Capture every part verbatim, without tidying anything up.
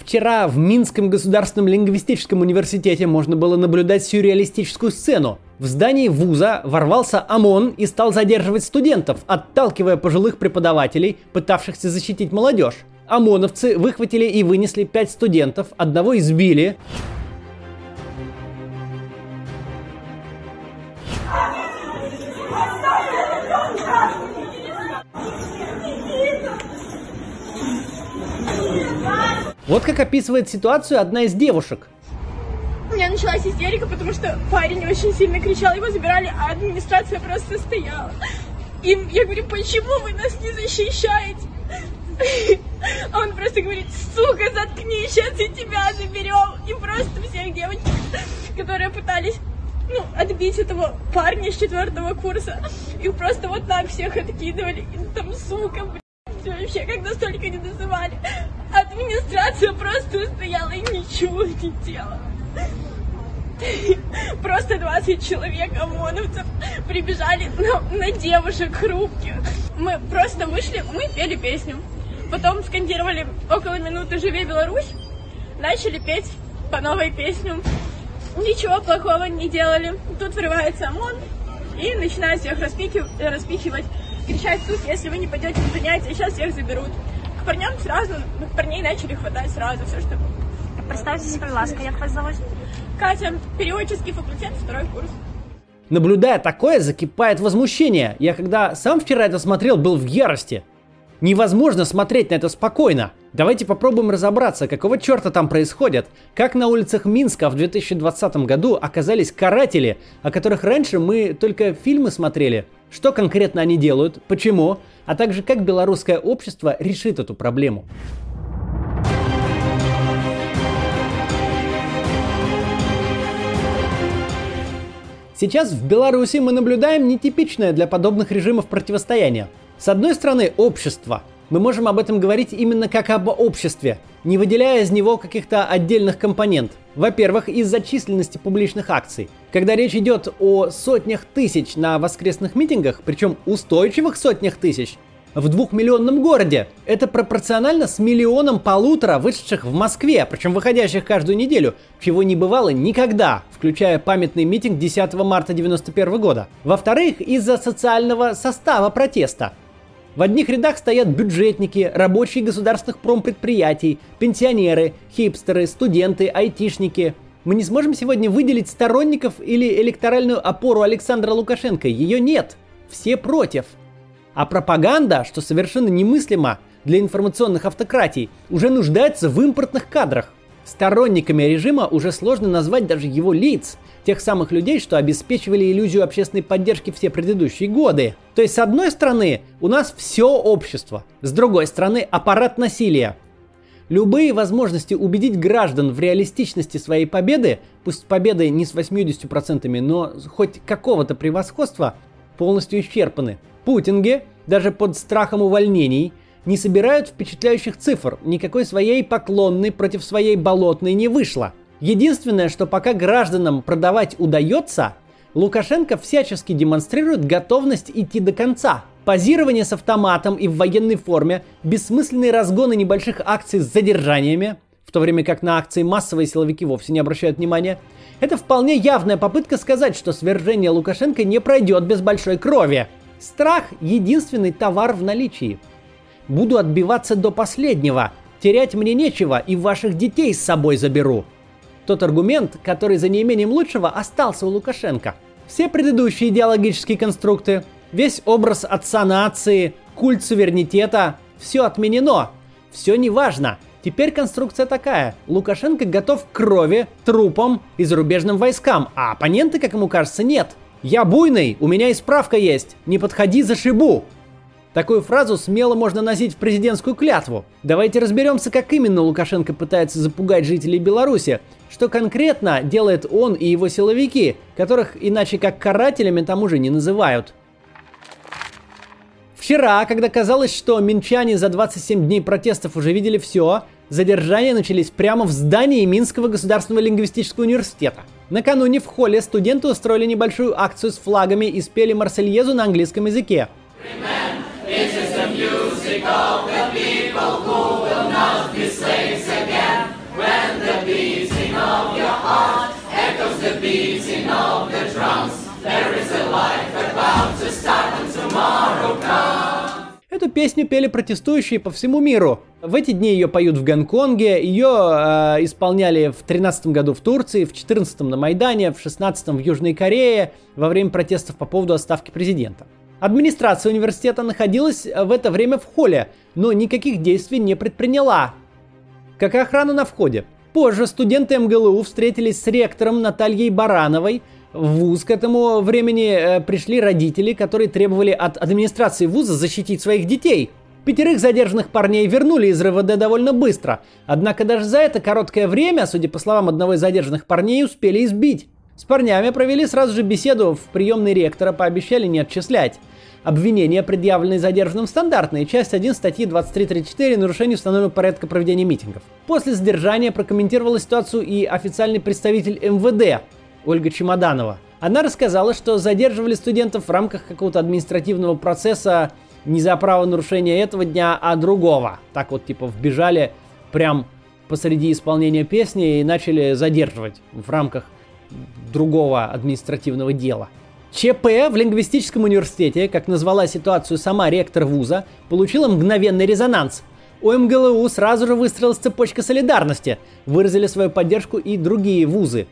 Вчера в Минском государственном лингвистическом университете можно было наблюдать сюрреалистическую сцену. В здании вуза ворвался ОМОН и стал задерживать студентов, отталкивая пожилых преподавателей, пытавшихся защитить молодежь. ОМОНовцы выхватили и вынесли пять студентов, одного избили. Вот как описывает ситуацию одна из девушек. У меня началась истерика, потому что парень очень сильно кричал, его забирали, а администрация просто стояла. И я говорю, почему вы нас не защищаете? А он просто говорит, сука, заткнись, сейчас и тебя заберем. И просто всех девочек, которые пытались, ну, отбить этого парня с четвертого курса, их просто вот так всех откидывали. И там, сука, блядь. Вообще, когда столько не называли, администрация просто стояла и ничего не делала. Просто двадцать человек ОМОНовцев прибежали на, на девушек хрупких. Мы просто вышли, мы пели песню. Потом скандировали около минуты «Живи Беларусь», начали петь по новой песню. Ничего плохого не делали. Тут врывается ОМОН и начинает всех распихивать, распихивать. Кричать, тут, если вы не пойдете на занятия, сейчас всех заберут. К парням сразу, парней начали хватать сразу, все, что... Представьтесь, будь ласка, як вас зовут? Катя, переводческий факультет, второй курс. Наблюдая такое, закипает возмущение. Я когда сам вчера это смотрел, был в ярости. Невозможно смотреть на это спокойно. Давайте попробуем разобраться, какого черта там происходит. Как на улицах Минска в две тысячи двадцатом году оказались каратели, о которых раньше мы только фильмы смотрели. Что конкретно они делают, почему, а также как белорусское общество решит эту проблему. Сейчас в Беларуси мы наблюдаем нетипичное для подобных режимов противостояние. С одной стороны, общество. Мы можем об этом говорить именно как об обществе, не выделяя из него каких-то отдельных компонент. Во-первых, из-за численности публичных акций. Когда речь идет о сотнях тысяч на воскресных митингах, причем устойчивых сотнях тысяч, в двухмиллионном городе, это пропорционально с миллионом полутора вышедших в Москве, причем выходящих каждую неделю, чего не бывало никогда, включая памятный митинг десятого марта девяносто первого года. Во-вторых, из-за социального состава протеста. В одних рядах стоят бюджетники, рабочие государственных промпредприятий, пенсионеры, хипстеры, студенты, айтишники. Мы не сможем сегодня выделить сторонников или электоральную опору Александра Лукашенко. Ее нет. Все против. А пропаганда, что совершенно немыслимо для информационных автократий, уже нуждается в импортных кадрах. Сторонниками режима уже сложно назвать даже его лиц, тех самых людей, что обеспечивали иллюзию общественной поддержки все предыдущие годы. То есть, с одной стороны, у нас все общество, с другой стороны, аппарат насилия. Любые возможности убедить граждан в реалистичности своей победы, пусть победы не с восьмидесятью процентами, но хоть какого-то превосходства, полностью исчерпаны. Путинги, даже под страхом увольнений, не собирают впечатляющих цифр, никакой своей поклонной против своей болотной не вышло. Единственное, что пока гражданам продавать удается, Лукашенко всячески демонстрирует готовность идти до конца. Позирование с автоматом и в военной форме, бессмысленные разгоны небольших акций с задержаниями, в то время как на акции массовые силовики вовсе не обращают внимания, это вполне явная попытка сказать, что свержение Лукашенко не пройдет без большой крови. Страх – единственный товар в наличии. Буду отбиваться до последнего, терять мне нечего и ваших детей с собой заберу. Тот аргумент, который за неимением лучшего остался у Лукашенко. Все предыдущие идеологические конструкты, весь образ отца нации, культ суверенитета – все отменено. Все неважно. Теперь конструкция такая. Лукашенко готов к крови, трупам и зарубежным войскам, а оппоненты, как ему кажется, нет. «Я буйный, у меня и справка есть, не подходи, зашибу». Такую фразу смело можно носить в президентскую клятву. Давайте разберемся, как именно Лукашенко пытается запугать жителей Беларуси, что конкретно делает он и его силовики, которых иначе как карателями там уже не называют. Вчера, когда казалось, что минчане за двадцать семь дней протестов уже видели все, задержания начались прямо в здании Минского государственного лингвистического университета. Накануне в холле студенты устроили небольшую акцию с флагами и спели Марсельезу на английском языке. Эту песню пели протестующие по всему миру. В эти дни ее поют в Гонконге, ее э, исполняли в тринадцатом году в Турции, в четырнадцатом на Майдане, в шестнадцатом в Южной Корее во время протестов по поводу отставки президента. Администрация университета находилась в это время в холле, но никаких действий не предприняла, как и охрана на входе. Позже студенты эм гэ эл у встретились с ректором Натальей Барановой. В вуз к этому времени э, пришли родители, которые требовали от администрации вуза защитить своих детей. Пятерых задержанных парней вернули из эр вэ дэ довольно быстро. Однако даже за это короткое время, судя по словам одного из задержанных парней, успели избить. С парнями провели сразу же беседу в приемной ректора, пообещали не отчислять. Обвинения, предъявленные задержанным, стандартные. Часть один статьи двадцать три тридцать четыре «Нарушение установленного порядка проведения митингов». После задержания прокомментировала ситуацию и официальный представитель эм вэ дэ Ольга Чемоданова. Она рассказала, что задерживали студентов в рамках какого-то административного процесса не за правонарушение этого дня, а другого. Так вот, типа, вбежали прям посреди исполнения песни и начали задерживать в рамках другого административного дела. ЧП в лингвистическом университете, как назвала ситуацию сама ректор вуза, получила мгновенный резонанс. У эм гэ эл у сразу же выстроилась цепочка солидарности, выразили свою поддержку и другие вузы.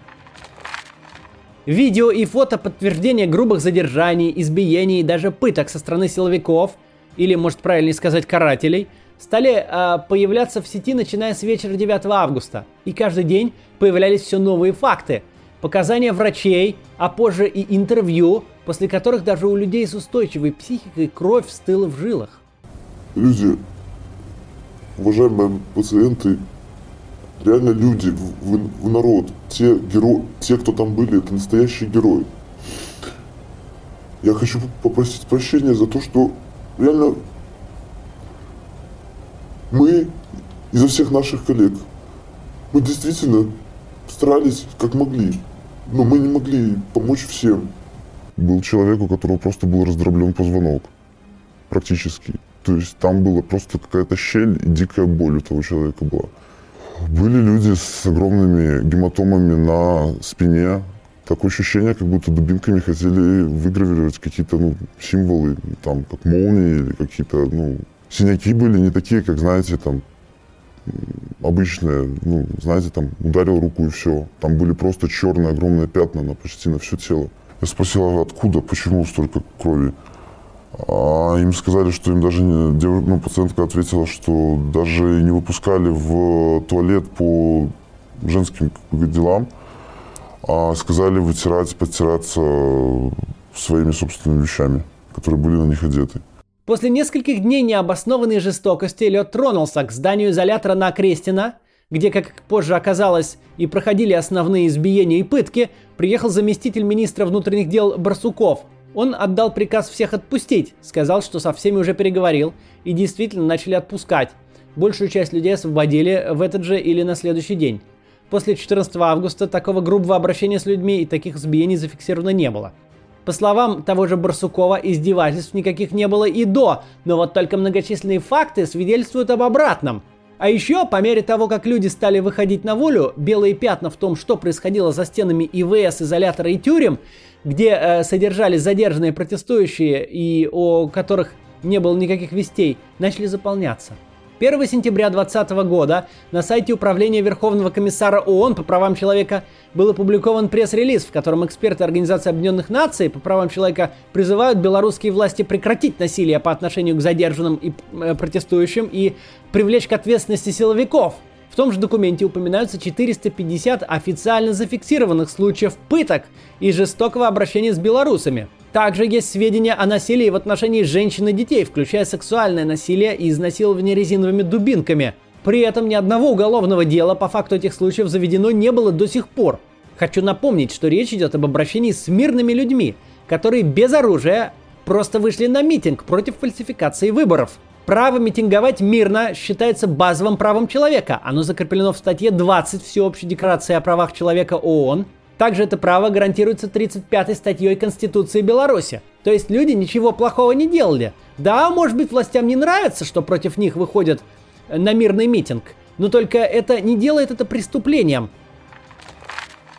Видео и фото подтверждения грубых задержаний, избиений и даже пыток со стороны силовиков, или, может правильнее сказать, карателей, стали э, появляться в сети, начиная с вечера девятого августа. И каждый день появлялись все новые факты. Показания врачей, а позже и интервью, после которых даже у людей с устойчивой психикой кровь стыла в жилах. Люди, уважаемые пациенты, реально люди, в, в, в народ, те, геро... те, кто там были, это настоящие герои. Я хочу попросить прощения за то, что реально мы, изо всех наших коллег, мы действительно старались как могли, но мы не могли помочь всем. Был человек, у которого просто был раздроблен позвонок, практически. То есть там была просто какая-то щель и дикая боль у того человека была. Были люди с огромными гематомами на спине. Такое ощущение, как будто дубинками хотели выгравировать какие-то ну, символы, там, как молнии или какие-то, ну, синяки были не такие, как, знаете, там, обычные, ну, знаете, там, ударил руку и все. Там были просто черные огромные пятна на почти на все тело. Я спросил, откуда, почему столько крови? А им сказали, что им даже не, ну, пациентка ответила, что даже не выпускали в туалет по женским делам, а сказали вытирать, подтираться своими собственными вещами, которые были на них одеты. После нескольких дней необоснованной жестокости лед тронулся к зданию изолятора на Крестина, где, как позже оказалось, и проходили основные избиения и пытки. Приехал заместитель министра внутренних дел Барсуков. Он отдал приказ всех отпустить, сказал, что со всеми уже переговорил, и действительно начали отпускать. Большую часть людей освободили в этот же или на следующий день. После четырнадцатого августа такого грубого обращения с людьми и таких избиений зафиксировано не было. По словам того же Барсукова, издевательств никаких не было и до, но вот только многочисленные факты свидетельствуют об обратном. А еще, по мере того, как люди стали выходить на волю, белые пятна в том, что происходило за стенами и вэ эс, изолятора и тюрем, где э, содержались задержанные протестующие и о которых не было никаких вестей, начали заполняться. первого сентября две тысячи двадцатого года на сайте Управления Верховного комиссара ООН по правам человека был опубликован пресс-релиз, в котором эксперты Организации Объединенных Наций по правам человека призывают белорусские власти прекратить насилие по отношению к задержанным и э, протестующим и привлечь к ответственности силовиков. В том же документе упоминаются четыреста пятьдесят официально зафиксированных случаев пыток и жестокого обращения с белорусами. Также есть сведения о насилии в отношении женщин и детей, включая сексуальное насилие и изнасилование резиновыми дубинками. При этом ни одного уголовного дела по факту этих случаев заведено не было до сих пор. Хочу напомнить, что речь идет об обращении с мирными людьми, которые без оружия просто вышли на митинг против фальсификации выборов. Право митинговать мирно считается базовым правом человека. Оно закреплено в статье двадцать Всеобщей декларации о правах человека ООН. Также это право гарантируется тридцать пятой статьей Конституции Беларуси. То есть люди ничего плохого не делали. Да, может быть, властям не нравится, что против них выходят на мирный митинг, но только это не делает это преступлением.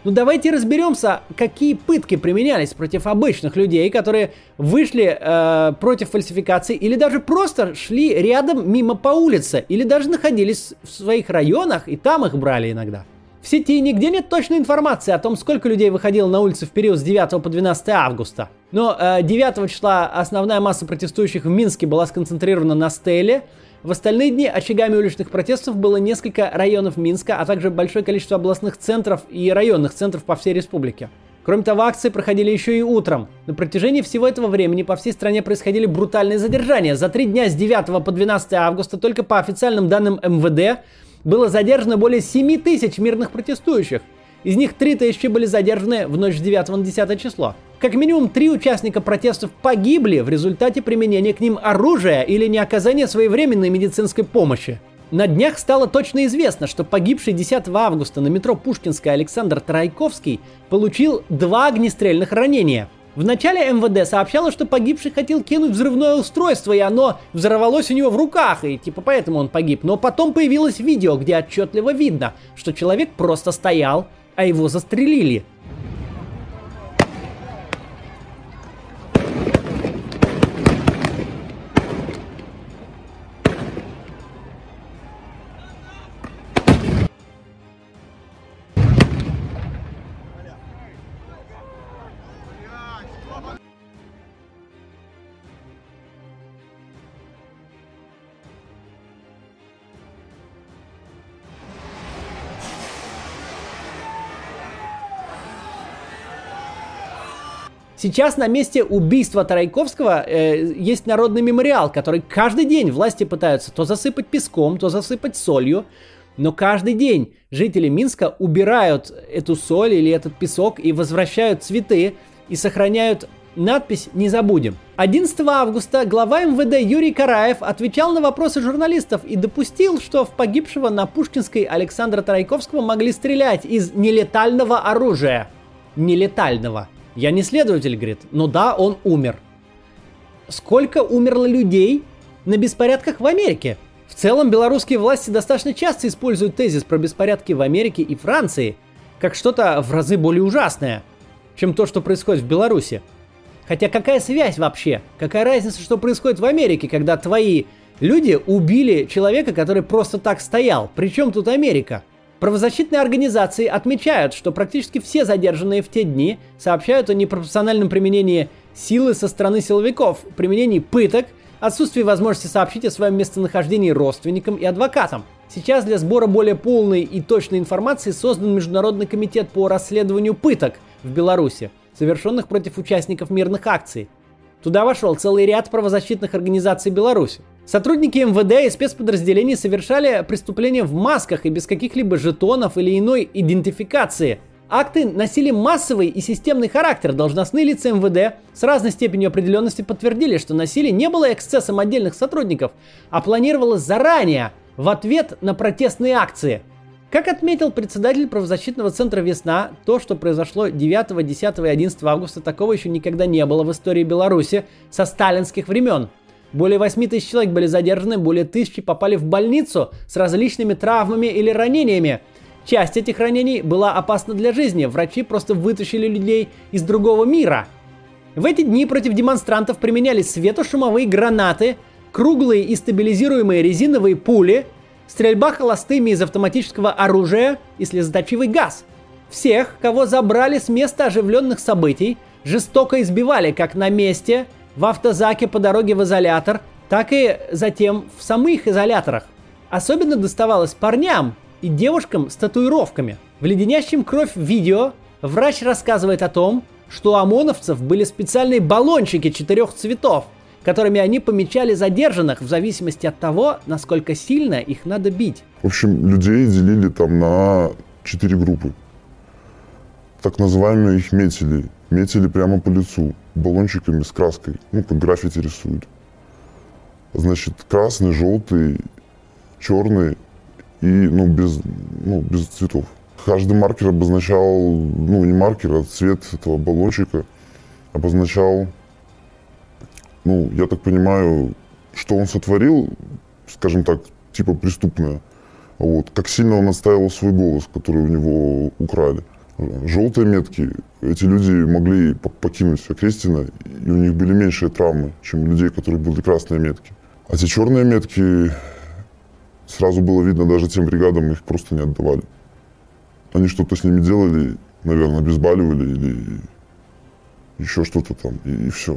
Ну давайте разберемся, какие пытки применялись против обычных людей, которые вышли э, против фальсификаций или даже просто шли рядом мимо по улице, или даже находились в своих районах и там их брали иногда. В сети нигде нет точной информации о том, сколько людей выходило на улицы в период с девятого по двенадцатое августа. Но э, девятого числа основная масса протестующих в Минске была сконцентрирована на Стеле. В остальные дни очагами уличных протестов было несколько районов Минска, а также большое количество областных центров и районных центров по всей республике. Кроме того, акции проходили еще и утром. На протяжении всего этого времени по всей стране происходили брутальные задержания. За три дня с девятого по двенадцатое августа только по официальным данным эм вэ дэ было задержано более семи тысяч мирных протестующих. Из них три тысячи были задержаны в ночь с девятого на десятое число. Как минимум три участника протестов погибли в результате применения к ним оружия или неоказания своевременной медицинской помощи. На днях стало точно известно, что погибший десятого августа на метро Пушкинская Александр Тарайковский получил два огнестрельных ранения. В начале эм вэ дэ сообщало, что погибший хотел кинуть взрывное устройство, и оно взорвалось у него в руках, и типа поэтому он погиб. Но потом появилось видео, где отчетливо видно, что человек просто стоял, а его застрелили. Сейчас на месте убийства Тарайковского э, есть народный мемориал, который каждый день власти пытаются то засыпать песком, то засыпать солью. Но каждый день жители Минска убирают эту соль или этот песок и возвращают цветы и сохраняют надпись «Не забудем». одиннадцатого августа глава эм вэ дэ Юрий Караев отвечал на вопросы журналистов и допустил, что в погибшего на Пушкинской Александра Тарайковского могли стрелять из нелетального оружия. Нелетального. Я не следователь, говорит, но да, он умер. Сколько умерло людей на беспорядках в Америке? В целом, белорусские власти достаточно часто используют тезис про беспорядки в Америке и Франции как что-то в разы более ужасное, чем то, что происходит в Беларуси. Хотя какая связь вообще? Какая разница, что происходит в Америке, когда твои люди убили человека, который просто так стоял? Причем тут Америка? Правозащитные организации отмечают, что практически все задержанные в те дни сообщают о непропорциональном применении силы со стороны силовиков, применении пыток, отсутствии возможности сообщить о своем местонахождении родственникам и адвокатам. Сейчас для сбора более полной и точной информации создан Международный комитет по расследованию пыток в Беларуси, совершенных против участников мирных акций. Туда вошел целый ряд правозащитных организаций Беларуси. Сотрудники эм вэ дэ и спецподразделений совершали преступления в масках и без каких-либо жетонов или иной идентификации. Акты носили массовый и системный характер. Должностные лица эм вэ дэ с разной степенью определенности подтвердили, что насилие не было эксцессом отдельных сотрудников, а планировалось заранее, в ответ на протестные акции. Как отметил председатель правозащитного центра «Весна», то, что произошло девятого, десятого и одиннадцатого августа, такого еще никогда не было в истории Беларуси со сталинских времен. Более восьми тысяч человек были задержаны, более тысячи попали в больницу с различными травмами или ранениями. Часть этих ранений была опасна для жизни, врачи просто вытащили людей из другого мира. В эти дни против демонстрантов применялись светошумовые гранаты, круглые и стабилизируемые резиновые пули, стрельба холостыми из автоматического оружия и слезоточивый газ. Всех, кого забрали с места оживленных событий, жестоко избивали как на месте, в автозаке по дороге в изолятор, так и затем в самых изоляторах. Особенно доставалось парням и девушкам с татуировками. В леденящем кровь видео врач рассказывает о том, что у ОМОНовцев были специальные баллончики четырех цветов, которыми они помечали задержанных в зависимости от того, насколько сильно их надо бить. В общем, людей делили там на четыре группы. Так называемые их метили. Метили прямо по лицу, баллончиками с краской, ну, как граффити рисуют. Значит, красный, желтый, черный и, ну, без, ну, без цветов. Каждый маркер обозначал, ну, не маркер, а цвет этого баллончика обозначал, ну, я так понимаю, что он сотворил, скажем так, типа преступное. Вот, как сильно он отстаивал свой голос, который у него украли. Желтые метки, эти люди могли покинуть Окрестино, и у них были меньшие травмы, чем у людей, у которых были красные метки. А те черные метки, сразу было видно, даже тем бригадам их просто не отдавали. Они что-то с ними делали, наверное, обезболивали или еще что-то там, и, и все.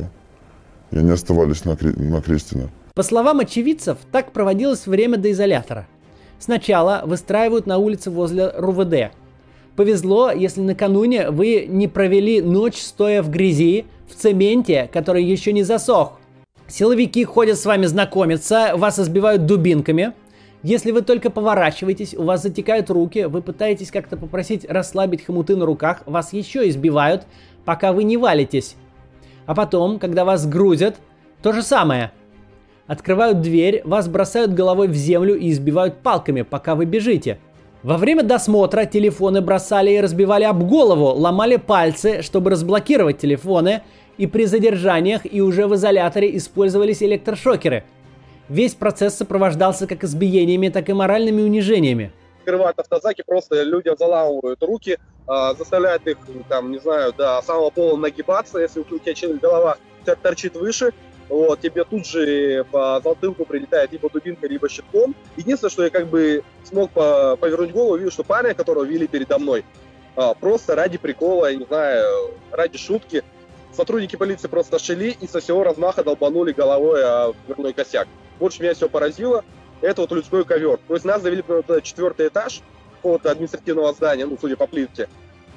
И они оставались на, на Окрестино. По словам очевидцев, так проводилось время до изолятора. Сначала выстраивают на улице возле РУВД. Повезло, если накануне вы не провели ночь, стоя в грязи, в цементе, который еще не засох. Силовики ходят с вами знакомиться, вас избивают дубинками. Если вы только поворачиваетесь, у вас затекают руки, вы пытаетесь как-то попросить расслабить хомуты на руках, вас еще избивают, пока вы не валитесь. А потом, когда вас грузят, то же самое. Открывают дверь, вас бросают головой в землю и избивают палками, пока вы бежите. Во время досмотра телефоны бросали и разбивали об голову, ломали пальцы, чтобы разблокировать телефоны, и при задержаниях и уже в изоляторе использовались электрошокеры. Весь процесс сопровождался как избиениями, так и моральными унижениями. Открывают автозаки, просто людям заламывают руки, заставляют их, там, не знаю, до самого пола нагибаться, если у тебя голова торчит выше. Вот, тебе тут же по затылку прилетает либо дубинка, либо щитком. Единственное, что я как бы смог по повернуть голову, увидел, что парня, которого вели передо мной, а, просто ради прикола, я не знаю, ради шутки, сотрудники полиции просто шли и со всего размаха долбанули головой о дверной косяк. Больше меня все поразило, это вот людской ковер. То есть нас завели на четвертый этаж какого-то административного здания, ну, судя по плитке.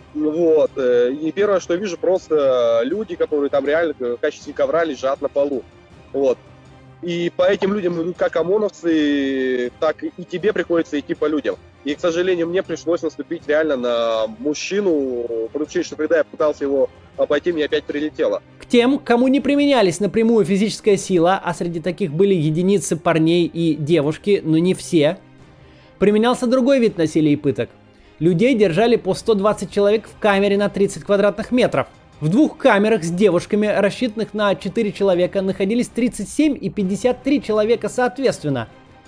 Вот. И первое, что я вижу, просто люди, которые там реально в качестве ковра лежат на полу. Вот. И по этим людям идут как ОМОНовцы, так и тебе приходится идти по людям. И, к сожалению, мне пришлось наступить реально на мужчину, причем, что когда я пытался его обойти, мне опять прилетело. К тем, кому не применялись напрямую физическая сила, а среди таких были единицы парней и девушки, но не все, применялся другой вид насилия и пыток. Людей держали по сто двадцать человек в камере на тридцать квадратных метров. В двух камерах с девушками, рассчитанных на четыре человека, находились тридцать семь и пятьдесят три человека соответственно.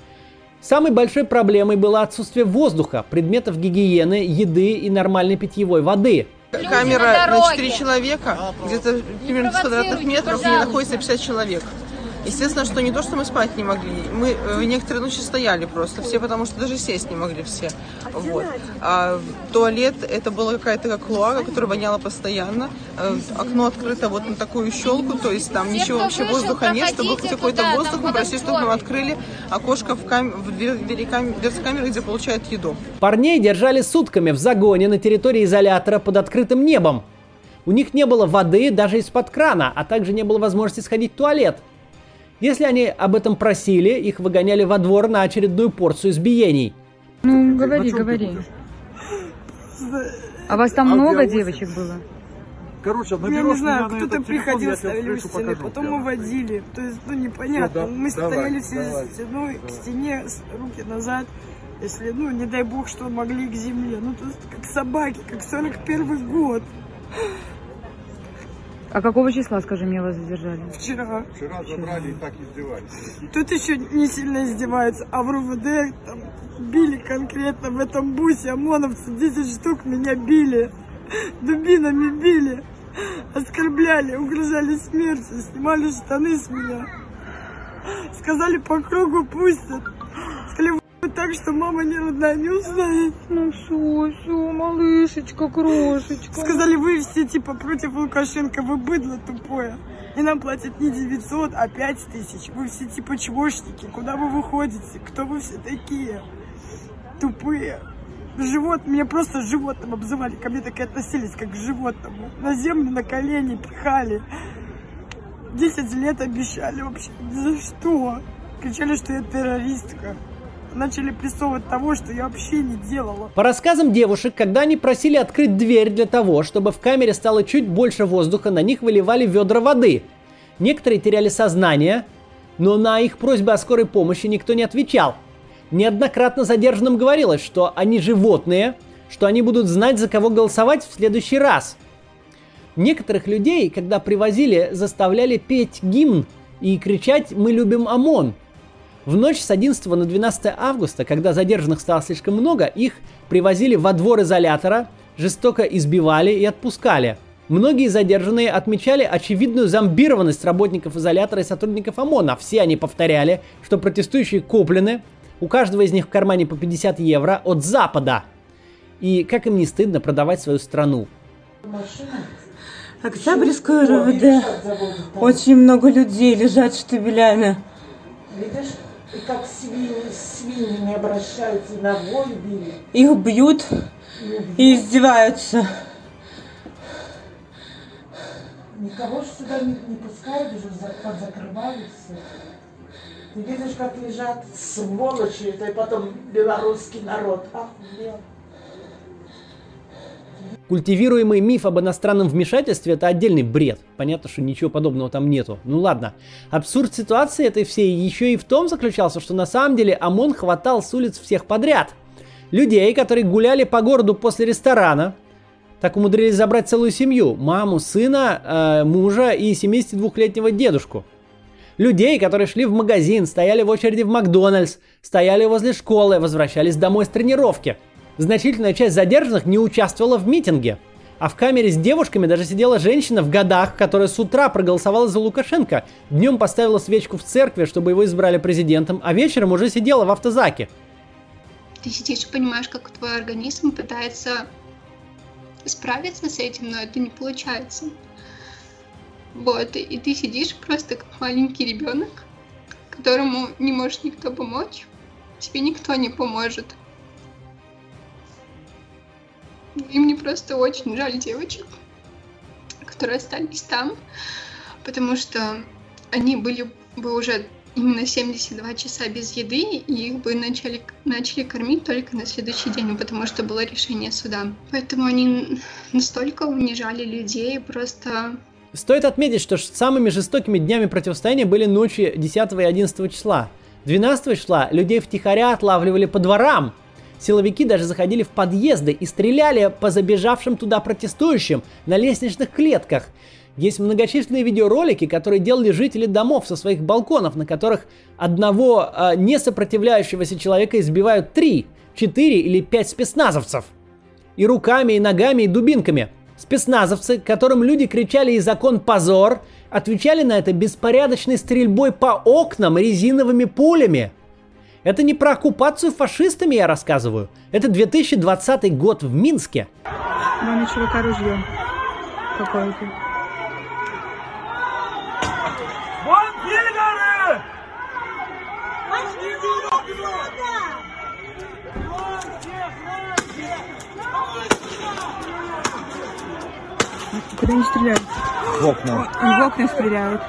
Самой большой проблемой было отсутствие воздуха, предметов гигиены, еды и нормальной питьевой воды. Камера на четыре человека, где-то примерно сто квадратных метров, в ней находится пятьдесят человек. Естественно, что не то, что мы спать не могли, мы э, некоторые ночи стояли просто, все, потому что даже сесть не могли все. Вот. А туалет, это была какая-то как клоака, которая воняла постоянно. Э, окно открыто вот на такую щелку, то есть там ничего вообще воздуха нет, чтобы хоть какой-то воздух, мы просили, чтобы мы открыли окошко в, кам... в двери кам... камеры, где получают еду. Парней держали сутками в загоне на территории изолятора под открытым небом. У них не было воды даже из-под крана, а также не было возможности сходить в туалет. Если они об этом просили, их выгоняли во двор на очередную порцию избиений. Ну, говори, говори. А вас там а много девочек было? Короче, я не знаю, кто-то приходил, ставили у стены, потом уводили. То есть, ну, непонятно. Ну, да, Мы давай, стояли все давай. стеной к стене, руки назад. Если, ну, не дай бог, что могли к земле. Ну, то есть, как собаки, как сорок первый год. А какого числа, скажи мне, вас задержали? Вчера. Вчера забрали и так издевались. Тут еще не сильно издеваются, а в РУВД там били конкретно в этом бусе ОМОНовцы, десять штук меня били, дубинами били, оскорбляли, угрожали смертью, снимали штаны с меня. Сказали, по кругу пустят. Сказали, так, что мама не родная не узнает. Ну все, все, малышечка, крошечка. Сказали, вы все типа против Лукашенко, вы быдло тупое. И нам платят не девятьсот, а пять тысяч. Вы все типа чмошники, куда вы выходите? Кто вы все такие? Тупые. Живот, меня просто животным обзывали, ко мне так и относились, как к животному. На землю, на колени пихали. Десять лет обещали вообще. За что? Кричали, что я террористка. Начали прессовывать того, что я вообще не делала. По рассказам девушек, когда они просили открыть дверь для того, чтобы в камере стало чуть больше воздуха, на них выливали ведра воды. Некоторые теряли сознание, но на их просьбы о скорой помощи никто не отвечал. Неоднократно задержанным говорилось, что они животные, что они будут знать, за кого голосовать в следующий раз. Некоторых людей, когда привозили, заставляли петь гимн и кричать «Мы любим ОМОН». В ночь с одиннадцатого на двенадцатое августа, когда задержанных стало слишком много, их привозили во двор изолятора, жестоко избивали и отпускали. Многие задержанные отмечали очевидную зомбированность работников изолятора и сотрудников ОМОНа. Все они повторяли, что протестующие куплены, у каждого из них в кармане по пятьдесят евро от Запада. И как им не стыдно продавать свою страну. Октябрьское РОВД. Очень много людей лежат штабелями. Видишь, и как свиньи, свиньями обращаются, и ногой били. Их бьют и издеваются. Никого же сюда не, не пускают, уже подзакрывают все. Ты видишь, как лежат сволочи, это и потом белорусский народ. Охуел. Культивируемый миф об иностранном вмешательстве – это отдельный бред. Понятно, что ничего подобного там нету. Ну ладно. Абсурд ситуации этой всей еще и в том заключался, что на самом деле ОМОН хватал с улиц всех подряд. Людей, которые гуляли по городу после ресторана, так умудрились забрать целую семью. Маму, сына, э, мужа и семидесятидвухлетнего дедушку. Людей, которые шли в магазин, стояли в очереди в Макдональдс, стояли возле школы, возвращались домой с тренировки. Значительная часть задержанных не участвовала в митинге. А в камере с девушками даже сидела женщина в годах, которая с утра проголосовала за Лукашенко, днем поставила свечку в церкви, чтобы его избрали президентом, а вечером уже сидела в автозаке. Ты сидишь и понимаешь, как твой организм пытается справиться с этим, но это не получается. Вот, и ты сидишь просто как маленький ребенок, которому не может никто помочь, тебе никто не поможет. И мне просто очень жаль девочек, которые остались там, потому что они были бы уже именно семьдесят два часа без еды, и их бы начали, начали кормить только на следующий день, потому что было решение суда. Поэтому они настолько унижали людей, просто... Стоит отметить, что самыми жестокими днями противостояния были ночи десятого и одиннадцатого числа. двенадцатого числа людей втихаря отлавливали по дворам. Силовики даже заходили в подъезды и стреляли по забежавшим туда протестующим на лестничных клетках. Есть многочисленные видеоролики, которые делали жители домов со своих балконов, на которых одного э, несопротивляющегося человека избивают три, четыре или пять спецназовцев. И руками, и ногами, и дубинками. Спецназовцы, которым люди кричали «И закон позор», отвечали на это беспорядочной стрельбой по окнам резиновыми пулями. Это не про оккупацию фашистами я рассказываю. Это две тысячи двадцатый год в Минске. Вон у чувака ружье какое-то. Куда они стреляют? В окна. В окна стреляют.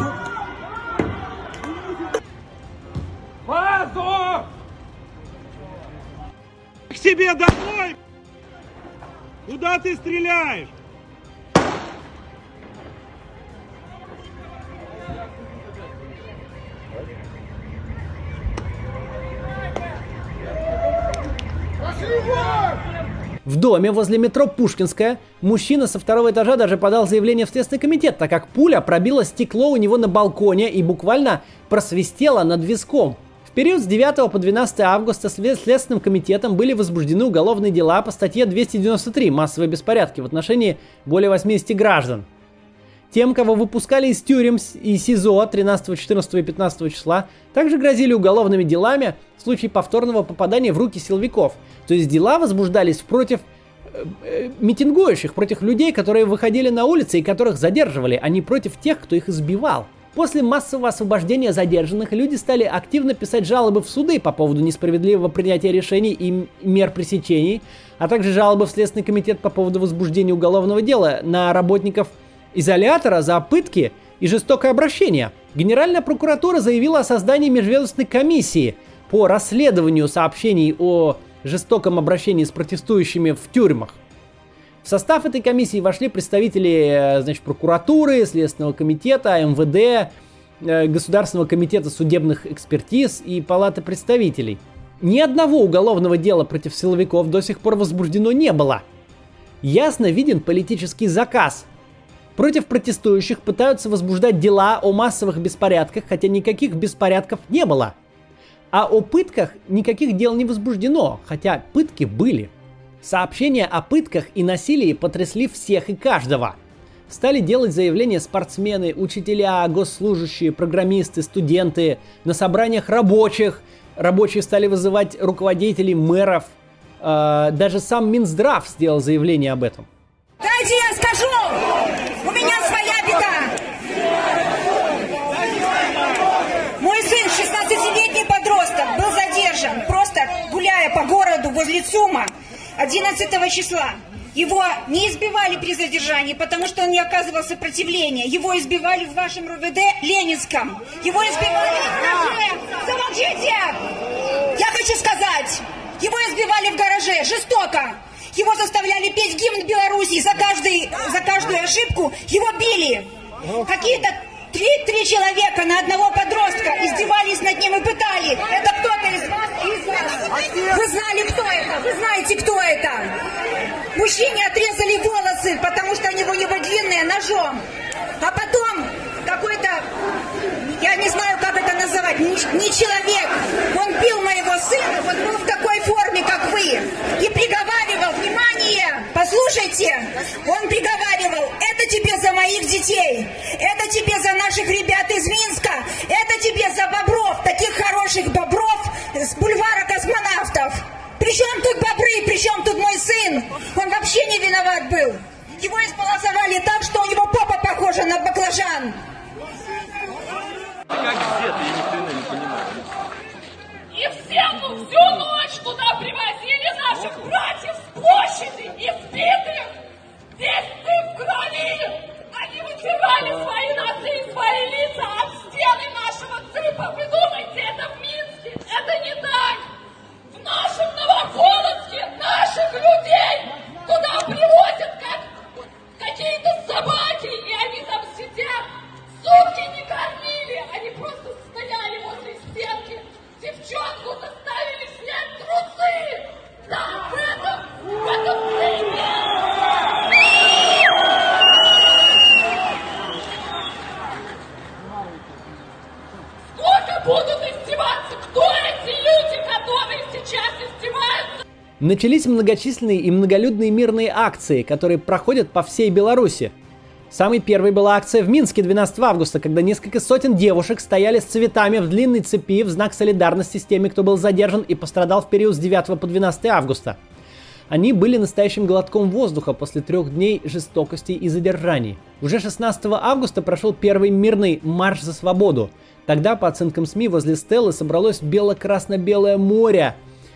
Базу! К себе домой! Куда ты стреляешь? В доме возле метро Пушкинская мужчина со второго этажа даже подал заявление в Следственный комитет, так как пуля пробила стекло у него на балконе и буквально просвистела над виском. В период с девятого по двенадцатое августа Следственным комитетом были возбуждены уголовные дела по статье двести девяносто три «Массовые беспорядки» в отношении более восьмидесяти граждан. Тем, кого выпускали из тюрем и СИЗО тринадцатого, четырнадцатого и пятнадцатого числа, также грозили уголовными делами в случае повторного попадания в руки силовиков. То есть дела возбуждались против э, э, митингующих, против людей, которые выходили на улицы и которых задерживали, а не против тех, кто их избивал. После массового освобождения задержанных люди стали активно писать жалобы в суды по поводу несправедливого принятия решений и мер пресечений, а также жалобы в Следственный комитет по поводу возбуждения уголовного дела на работников изолятора за пытки и жестокое обращение. Генеральная прокуратура заявила о создании межведомственной комиссии по расследованию сообщений о жестоком обращении с протестующими в тюрьмах. В состав этой комиссии вошли представители, значит, прокуратуры, Следственного комитета, эм вэ дэ, Государственного комитета судебных экспертиз и Палаты представителей. Ни одного уголовного дела против силовиков до сих пор возбуждено не было. Ясно виден политический заказ. Против протестующих пытаются возбуждать дела о массовых беспорядках, хотя никаких беспорядков не было. А о пытках никаких дел не возбуждено, хотя пытки были. Сообщения о пытках и насилии потрясли всех и каждого. Стали делать заявления спортсмены, учителя, госслужащие, программисты, студенты, на собраниях рабочих. Рабочие стали вызывать руководителей, мэров. Э, даже сам Минздрав сделал заявление об этом. Дайте я скажу! У меня своя беда! Мой сын, шестнадцатилетний подросток, был задержан, просто гуляя по городу возле ЦУМа одиннадцатого числа. Его не избивали при задержании, потому что он не оказывал сопротивления. Его избивали в вашем РУВД Ленинском. Его избивали в гараже. Замолчите! Я хочу сказать, его избивали в гараже жестоко. Его заставляли петь гимн Беларуси. За, каждый, за каждую ошибку его били. Какие-то три, три человека на одного подростка издевались над ним и пытали. Это кто-то из вас и из вас. Вы знали, кто это? Вы знаете, кто это? Мужчине отрезали волосы, потому что они у него длинные, ножом. А потом какой-то, я не знаю, как это называть, не, не человек. Он бил моего сына, он был в такой форме, как вы. И приговаривал, внимание, послушайте, он приговаривал, это тебе за моих детей, это тебе за наших ребят из Минска, это тебе за бобров, таких хороших бобров с бульвара космонавтов. Причем тут бобры, причем тут мой сын? Он вообще не виноват был. Его исполосовали так, что у него попа похожа на баклажан. Как где-то, я ни хрена не понимаю. И все, ну, всю ночь туда привозили наших братьев с площади, избитых. Весь ты в крови. Они вытирали свои носы и свои лица от стены нашего ЦИПа. Вы думаете, это в Минске? Это не так. В нашем Новополоцке наших людей туда привозят как какие-то собаки, и они там сидят. Сутки не кормили, они просто стояли возле стенки. Девчонку заставили снять трусы. Да, в этом, в этом пример. Сколько будут издеваться? Кто эти люди, которые сейчас издеваются? Начались многочисленные и многолюдные мирные акции, которые проходят по всей Беларуси. Самой первой была акция в Минске двенадцатого августа, когда несколько сотен девушек стояли с цветами в длинной цепи в знак солидарности с теми, кто был задержан и пострадал в период с девятого по двенадцатое августа. Они были настоящим глотком воздуха после трех дней жестокости и задержаний. Уже шестнадцатого августа прошел первый мирный марш за свободу. Тогда, по оценкам СМИ, возле стелы собралось бело-красно-белое море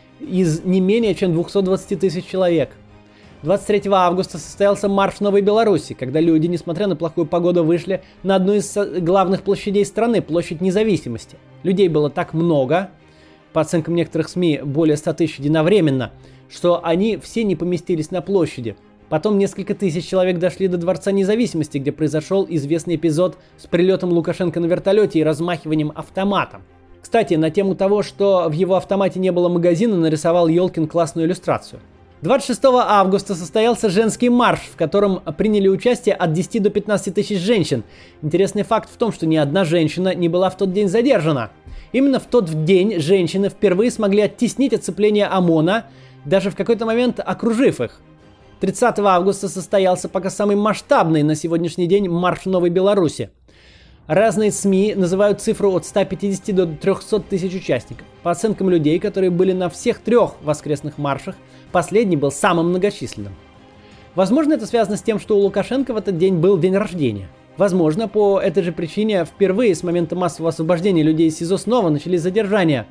из не менее чем двухсот двадцати тысяч человек. двадцать третьего августа состоялся марш Новой Беларуси, когда люди, несмотря на плохую погоду, вышли на одну из главных площадей страны, площадь Независимости. Людей было так много, по оценкам некоторых СМИ более ста тысяч единовременно, что они все не поместились на площади. Потом несколько тысяч человек дошли до Дворца Независимости, где произошел известный эпизод с прилетом Лукашенко на вертолете и размахиванием автоматом. Кстати, на тему того, что в его автомате не было магазина, нарисовал Ёлкин классную иллюстрацию. двадцать шестого августа состоялся женский марш, в котором приняли участие от десяти до пятнадцати тысяч женщин. Интересный факт в том, что ни одна женщина не была в тот день задержана. Именно в тот день женщины впервые смогли оттеснить оцепление ОМОНа, даже в какой-то момент окружив их. тридцатого августа состоялся пока самый масштабный на сегодняшний день марш Новой Беларуси. Разные СМИ называют цифру от ста пятидесяти до трёхсот тысяч участников. По оценкам людей, которые были на всех трех воскресных маршах, последний был самым многочисленным. Возможно, это связано с тем, что у Лукашенко в этот день был день рождения. Возможно, по этой же причине впервые с момента массового освобождения людей из СИЗО снова начались задержания.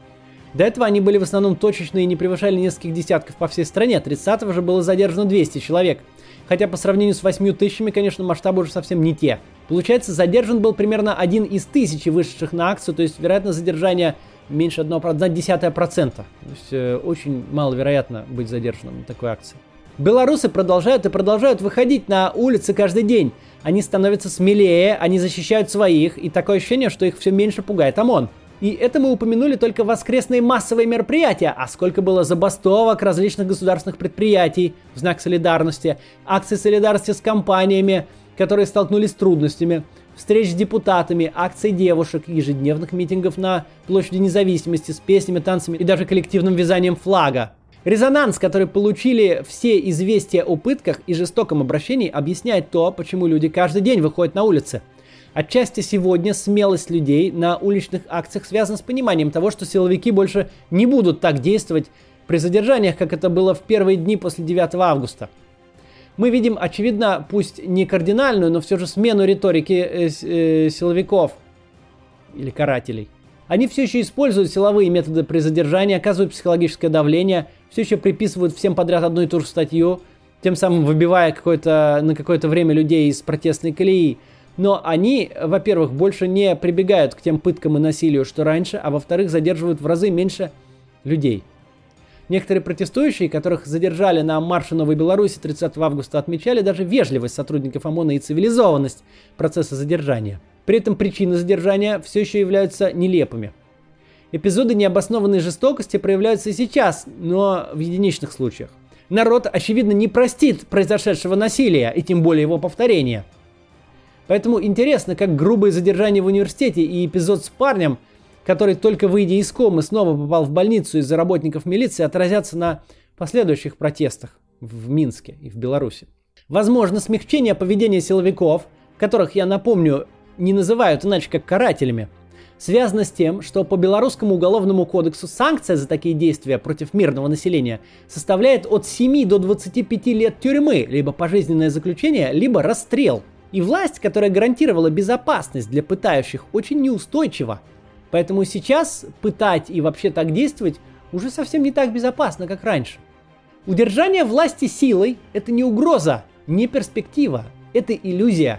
До этого они были в основном точечные и не превышали нескольких десятков по всей стране. тридцатого же было задержано двести человек. Хотя по сравнению с восьмью тысячами, конечно, масштабы уже совсем не те. Получается, задержан был примерно один из тысячи вышедших на акцию, то есть вероятность задержания меньше одна десятая процента. То есть э, очень маловероятно быть задержанным на такой акции. Белорусы продолжают и продолжают выходить на улицы каждый день. Они становятся смелее, они защищают своих, и такое ощущение, что их все меньше пугает ОМОН. И это мы упомянули только воскресные массовые мероприятия, а сколько было забастовок различных государственных предприятий в знак солидарности, акций солидарности с компаниями, которые столкнулись с трудностями, встреч с депутатами, акций девушек, ежедневных митингов на площади Независимости с песнями, танцами и даже коллективным вязанием флага. Резонанс, который получили все известия о пытках и жестоком обращении, объясняет то, почему люди каждый день выходят на улицы. Отчасти сегодня смелость людей на уличных акциях связана с пониманием того, что силовики больше не будут так действовать при задержаниях, как это было в первые дни после девятого августа. Мы видим, очевидно, пусть не кардинальную, но все же смену риторики э, э, силовиков или карателей. Они все еще используют силовые методы при задержании, оказывают психологическое давление, все еще приписывают всем подряд одну и ту же статью, тем самым выбивая какое-то, на какое-то время людей из протестной колеи. Но они, во-первых, больше не прибегают к тем пыткам и насилию, что раньше, а во-вторых, задерживают в разы меньше людей. Некоторые протестующие, которых задержали на марше Новой Беларуси тридцатого августа, отмечали даже вежливость сотрудников ОМОНа и цивилизованность процесса задержания. При этом причины задержания все еще являются нелепыми. Эпизоды необоснованной жестокости проявляются и сейчас, но в единичных случаях. Народ, очевидно, не простит произошедшего насилия, и тем более его повторения. Поэтому интересно, как грубые задержания в университете и эпизод с парнем, который, только выйдя из комы, снова попал в больницу из-за работников милиции, отразятся на последующих протестах в Минске и в Беларуси. Возможно, смягчение поведения силовиков, которых, я напомню, не называют иначе как карателями, связано с тем, что по Белорусскому уголовному кодексу санкция за такие действия против мирного населения составляет от семи до двадцати пяти лет тюрьмы, либо пожизненное заключение, либо расстрел. И власть, которая гарантировала безопасность для пытающих, очень неустойчива. Поэтому сейчас пытать и вообще так действовать уже совсем не так безопасно, как раньше. Удержание власти силой – это не угроза, не перспектива, это иллюзия.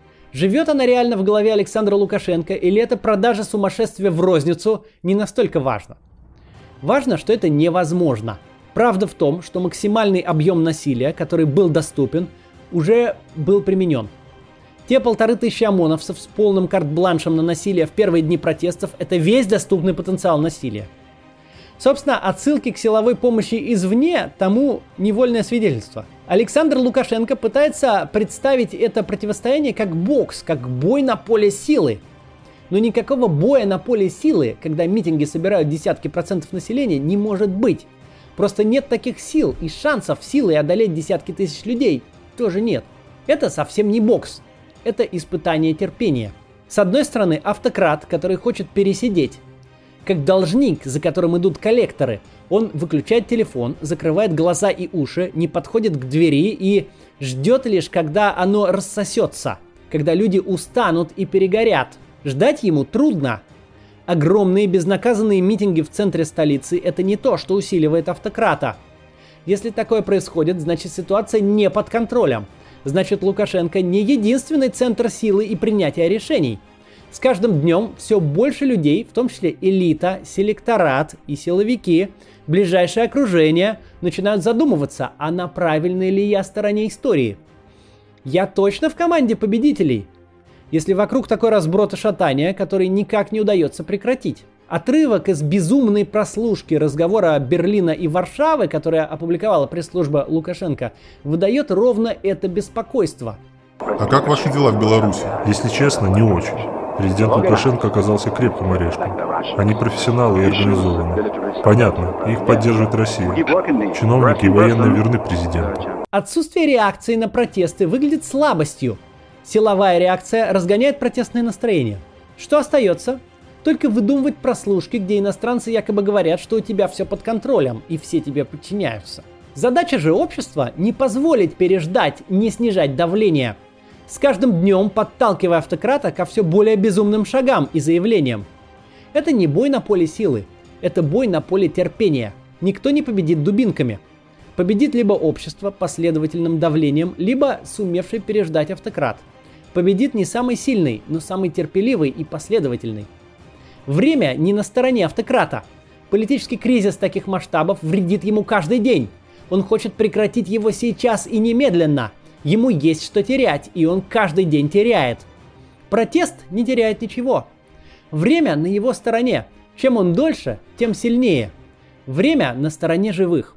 Живет она реально в голове Александра Лукашенко, или это продажа сумасшествия в розницу, не настолько важно. Важно, что это невозможно. Правда в том, что максимальный объем насилия, который был доступен, уже был применен. Те полторы тысячи ОМОНовцев с полным карт-бланшем на насилие в первые дни протестов – это весь доступный потенциал насилия. Собственно, отсылки к силовой помощи извне тому невольное свидетельство. Александр Лукашенко пытается представить это противостояние как бокс, как бой на поле силы. Но никакого боя на поле силы, когда митинги собирают десятки процентов населения, не может быть. Просто нет таких сил, и шансов силой одолеть десятки тысяч людей тоже нет. Это совсем не бокс. Это испытание терпения. С одной стороны, автократ, который хочет пересидеть. Как должник, за которым идут коллекторы. Он выключает телефон, закрывает глаза и уши, не подходит к двери и ждет лишь, когда оно рассосется. Когда люди устанут и перегорят. Ждать ему трудно. Огромные безнаказанные митинги в центре столицы – это не то, что усиливает автократа. Если такое происходит, значит ситуация не под контролем. Значит, Лукашенко не единственный центр силы и принятия решений. С каждым днем все больше людей, в том числе элита, селекторат и силовики, ближайшее окружение, начинают задумываться, а на правильной ли я стороне истории. Я точно в команде победителей, если вокруг такой разброд и шатания, который никак не удается прекратить. Отрывок из безумной прослушки разговора Берлина и Варшавы, которая опубликовала пресс-служба Лукашенко, выдает ровно это беспокойство. А как ваши дела в Беларуси? Если честно, не очень. Президент Лукашенко оказался крепким орешком. Они профессионалы и организованы. Понятно, их поддерживает Россия. Чиновники и военные верны президенту. Отсутствие реакции на протесты выглядит слабостью. Силовая реакция разгоняет протестное настроение. Что остается? Только выдумывать прослушки, где иностранцы якобы говорят, что у тебя все под контролем и все тебе подчиняются. Задача же общества – не позволить переждать, не снижать давление. С каждым днем подталкивая автократа ко все более безумным шагам и заявлениям. Это не бой на поле силы, это бой на поле терпения. Никто не победит дубинками. Победит либо общество последовательным давлением, либо сумевший переждать автократ. Победит не самый сильный, но самый терпеливый и последовательный. Время не на стороне автократа. Политический кризис таких масштабов вредит ему каждый день. Он хочет прекратить его сейчас и немедленно. Ему есть что терять, и он каждый день теряет. Протест не теряет ничего. Время на его стороне. Чем он дольше, тем сильнее. Время на стороне живых.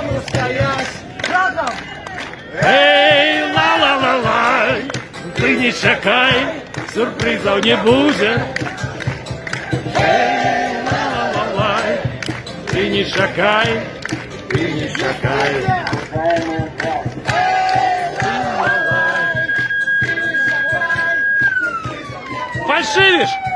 Эй, ла-ла-ла-ла, ты не не чекай, сюрпризов не будет. Ты не чекай, ты не чекай. Фальшивишь!